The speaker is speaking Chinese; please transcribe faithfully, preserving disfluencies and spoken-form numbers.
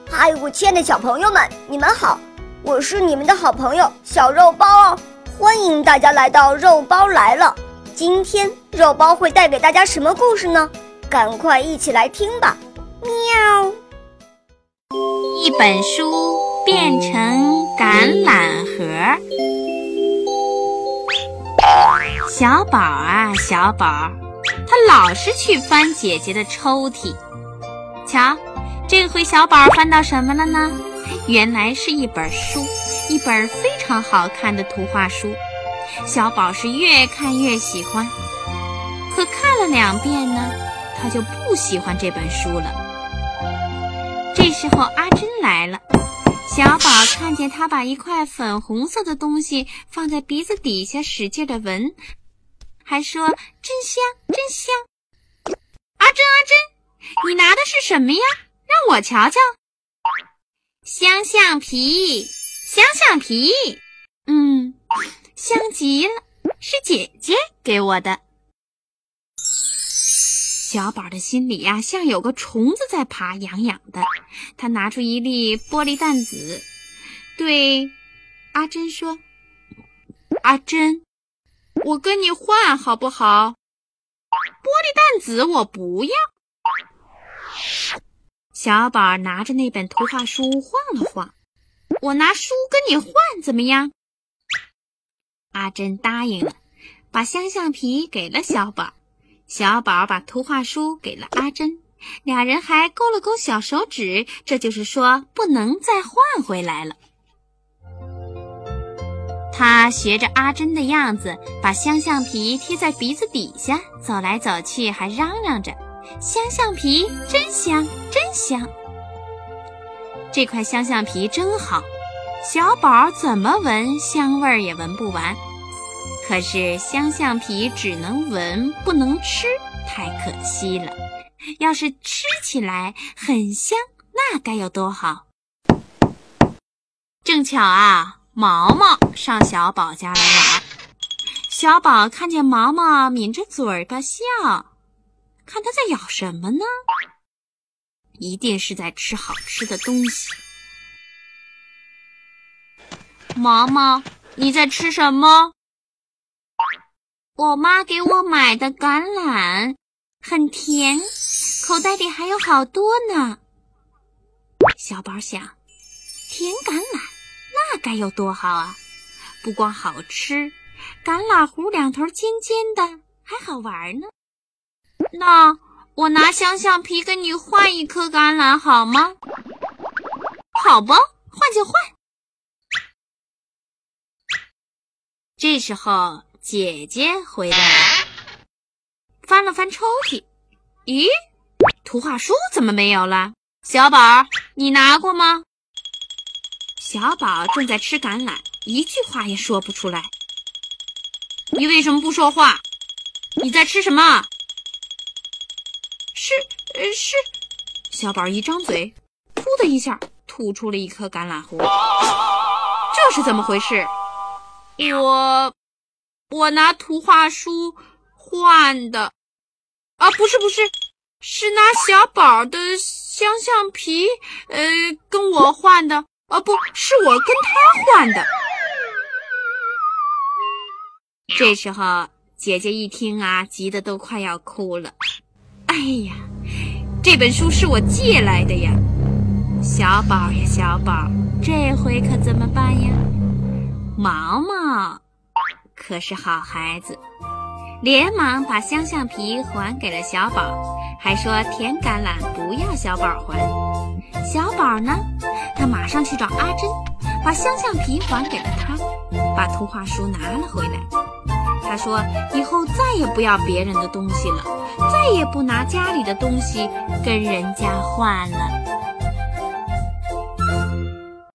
嗨，我亲爱的小朋友们，你们好，我是你们的好朋友小肉包哦，欢迎大家来到肉包来了。今天肉包会带给大家什么故事呢？赶快一起来听吧！喵。 一本书变成橄榄核。小宝啊，小宝，他老是去翻姐姐的抽屉。瞧，这回小宝翻到什么了呢？原来是一本书，一本非常好看的图画书。小宝是越看越喜欢，可看了两遍呢，他就不喜欢这本书了。这时候阿珍来了，小宝看见他把一块粉红色的东西放在鼻子底下使劲地闻，还说真香真香。阿珍阿珍，你拿的是什么呀？让我瞧瞧。香橡皮，香橡皮，嗯，香极了，是姐姐给我的。小宝的心里呀、啊，像有个虫子在爬，痒痒的。他拿出一粒玻璃弹子，对阿珍说：“阿珍，我跟你换好不好？玻璃弹子我不要。”小宝拿着那本图画书晃了晃，我拿书跟你换怎么样？阿珍答应了，把香橡皮给了小宝。小宝把图画书给了阿珍，俩人还勾了勾小手指，这就是说不能再换回来了。他学着阿珍的样子，把香橡皮贴在鼻子底下，走来走去，还嚷嚷着香橡皮真香真香。这块香橡皮真好，小宝怎么闻香味儿也闻不完。可是香橡皮只能闻不能吃，太可惜了。要是吃起来很香，那该有多好。正巧啊，毛毛上小宝家来玩。小宝看见毛毛抿着嘴巴笑，看他在咬什么呢？一定是在吃好吃的东西。毛毛，你在吃什么？我妈给我买的橄榄，很甜，口袋里还有好多呢。小宝想，甜橄榄那该有多好啊！不光好吃，橄榄核两头尖尖的，还好玩呢。那我拿香橡皮跟你换一颗橄榄好吗？好吧，换就换。这时候姐姐回来了，翻了翻抽屉，咦，图画书怎么没有了？小宝，你拿过吗？小宝正在吃橄榄，一句话也说不出来。你为什么不说话？你在吃什么？是呃是，小宝一张嘴，噗的一下吐出了一颗橄榄核。这是怎么回事？我我拿图画书换的啊，不是不是，是拿小宝的香橡皮呃跟我换的啊，不是我跟他换的。这时候姐姐一听啊，急得都快要哭了。哎呀，这本书是我借来的呀！小宝呀小宝，这回可怎么办呀？毛毛可是好孩子，连忙把香橡皮还给了小宝，还说甜橄榄不要小宝还。小宝呢，他马上去找阿珍，把香橡皮还给了他，把图画书拿了回来。他说以后再也不要别人的东西了，再也不拿家里的东西跟人家换了。